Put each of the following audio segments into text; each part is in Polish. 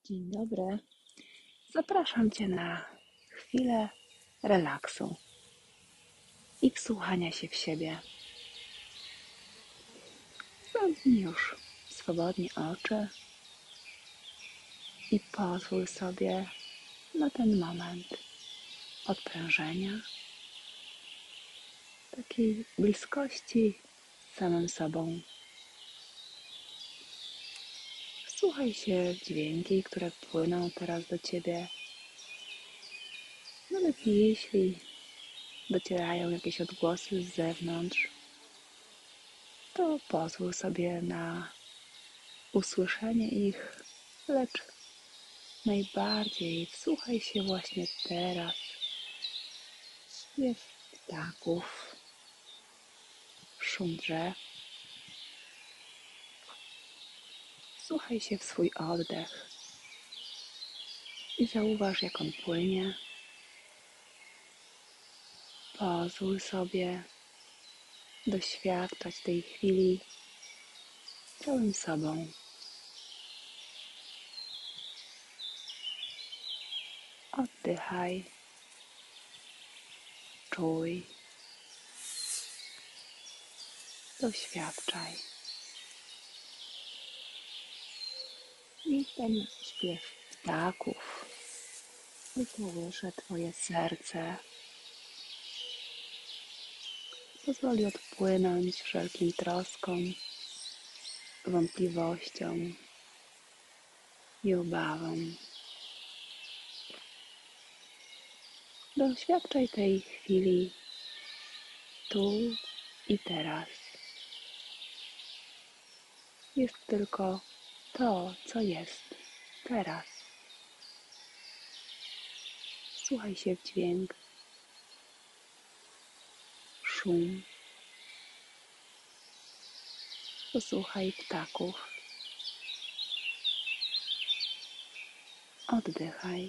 Dzień dobry. Zapraszam Cię na chwilę relaksu i wsłuchania się w siebie. Zamknij już swobodnie oczy i pozwól sobie na ten moment odprężenia, takiej bliskości z samym sobą. Wsłuchaj się w dźwięki, które płyną teraz do Ciebie. Nawet jeśli docierają jakieś odgłosy z zewnątrz, to pozwól sobie na usłyszenie ich, lecz najbardziej wsłuchaj się właśnie teraz w śpiew ptaków, szum drzew. Wsłuchaj się w swój oddech i zauważ, jak on płynie. Pozwól sobie doświadczać tej chwili całym sobą. Oddychaj, czuj, doświadczaj. Niech ten śpiew ptaków wykołysze Twoje serce. Pozwoli odpłynąć wszelkim troskom, wątpliwościom i obawom. Doświadczaj tej chwili tu i teraz. Jest tylko to, co jest teraz. Wsłuchaj się w dźwięk, szum. Posłuchaj ptaków. Oddychaj.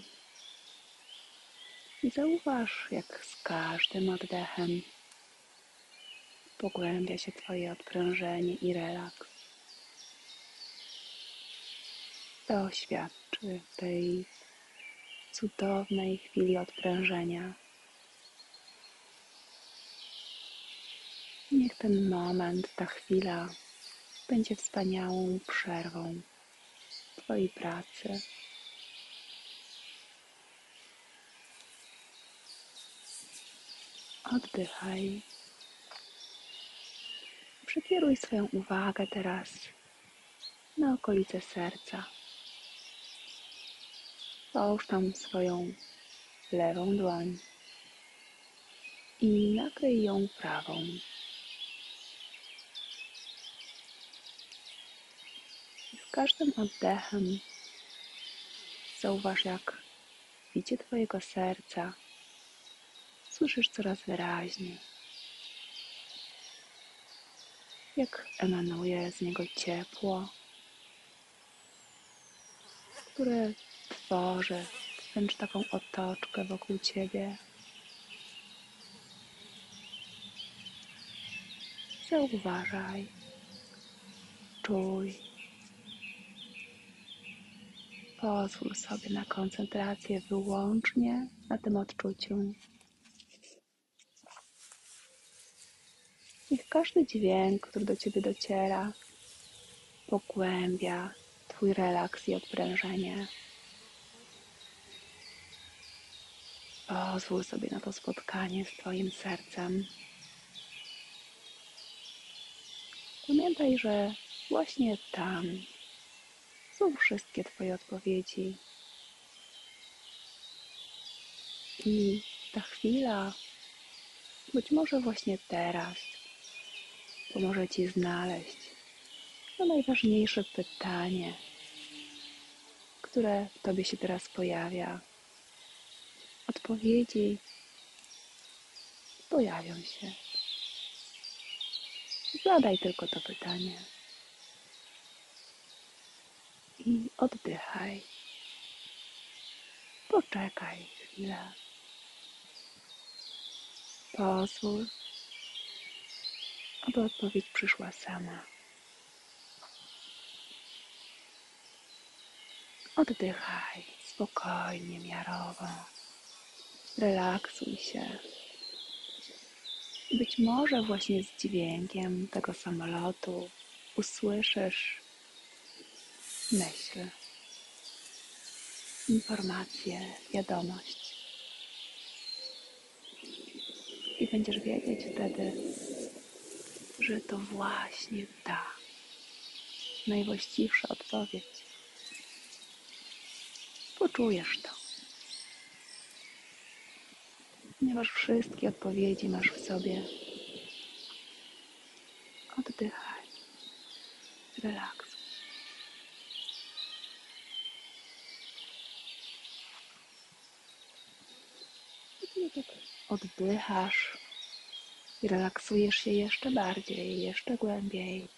I zauważ, jak z każdym oddechem pogłębia się Twoje odprężenie i relaks. Doświadczy tej cudownej chwili odprężenia. Niech ten moment, ta chwila będzie wspaniałą przerwą Twojej pracy. Oddychaj. Przekieruj swoją uwagę teraz na okolice serca. Połóż tam swoją lewą dłoń i nakryj ją prawą. Z każdym oddechem zauważ, jak w bicie Twojego serca słyszysz coraz wyraźniej, jak emanuje z niego ciepło, które tworzy wręcz taką otoczkę wokół Ciebie. Zauważaj, czuj. Pozwól sobie na koncentrację wyłącznie na tym odczuciu. Niech każdy dźwięk, który do Ciebie dociera, pogłębia Twój relaks i odprężenie. Pozwól sobie na to spotkanie z Twoim sercem. Pamiętaj, że właśnie tam są wszystkie Twoje odpowiedzi. I ta chwila, być może właśnie teraz, pomoże Ci znaleźć to najważniejsze pytanie, które w Tobie się teraz pojawia. Odpowiedzi pojawią się. Zadaj tylko to pytanie i oddychaj. Poczekaj chwilę. Pozwól, aby odpowiedź przyszła sama. Oddychaj spokojnie, miarowo. Relaksuj się. Być może właśnie z dźwiękiem tego samolotu usłyszysz myśl, informację, wiadomość i będziesz wiedzieć wtedy, że to właśnie ta najwłaściwsza odpowiedź. Poczujesz to, ponieważ wszystkie odpowiedzi masz w sobie. Oddychaj, relaksuj. Oddychasz i relaksujesz się jeszcze bardziej, jeszcze głębiej.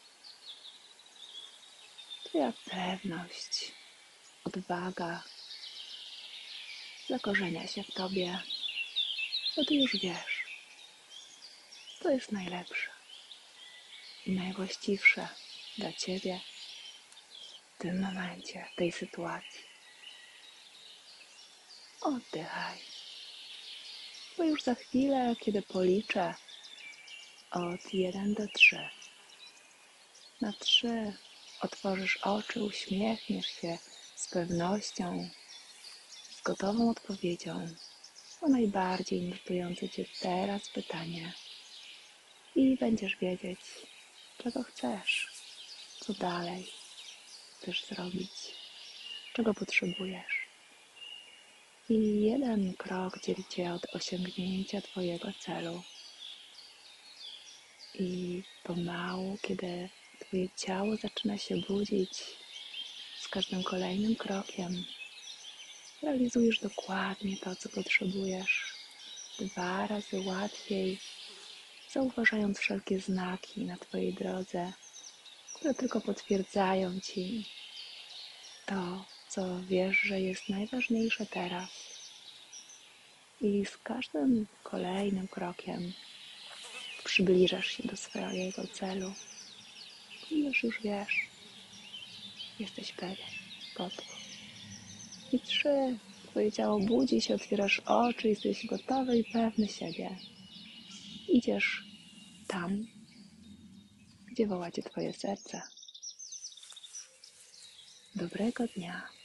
Twoja pewność, odwaga zakorzenia się w tobie, bo ty już wiesz, co jest najlepsze i najwłaściwsze dla ciebie w tym momencie, w tej sytuacji. Oddychaj, bo już za chwilę, kiedy policzę od 1 do 3, na 3 otworzysz oczy, uśmiechniesz się z pewnością, z gotową odpowiedzią na najbardziej nurtujące cię teraz pytanie i będziesz wiedzieć, czego chcesz, co dalej chcesz zrobić, czego potrzebujesz. I 1 krok dzieli cię od osiągnięcia twojego celu. I pomału, kiedy twoje ciało zaczyna się budzić, z każdym kolejnym krokiem realizujesz dokładnie to, co potrzebujesz. 2 razy łatwiej, zauważając wszelkie znaki na twojej drodze, które tylko potwierdzają ci to, co wiesz, że jest najważniejsze teraz. I z każdym kolejnym krokiem przybliżasz się do swojego celu, ponieważ już wiesz, jesteś pewien, gotów. I 3, twoje ciało budzi się, otwierasz oczy, jesteś gotowy i pewny siebie. Idziesz tam, gdzie woła cię twoje serce. Dobrego dnia.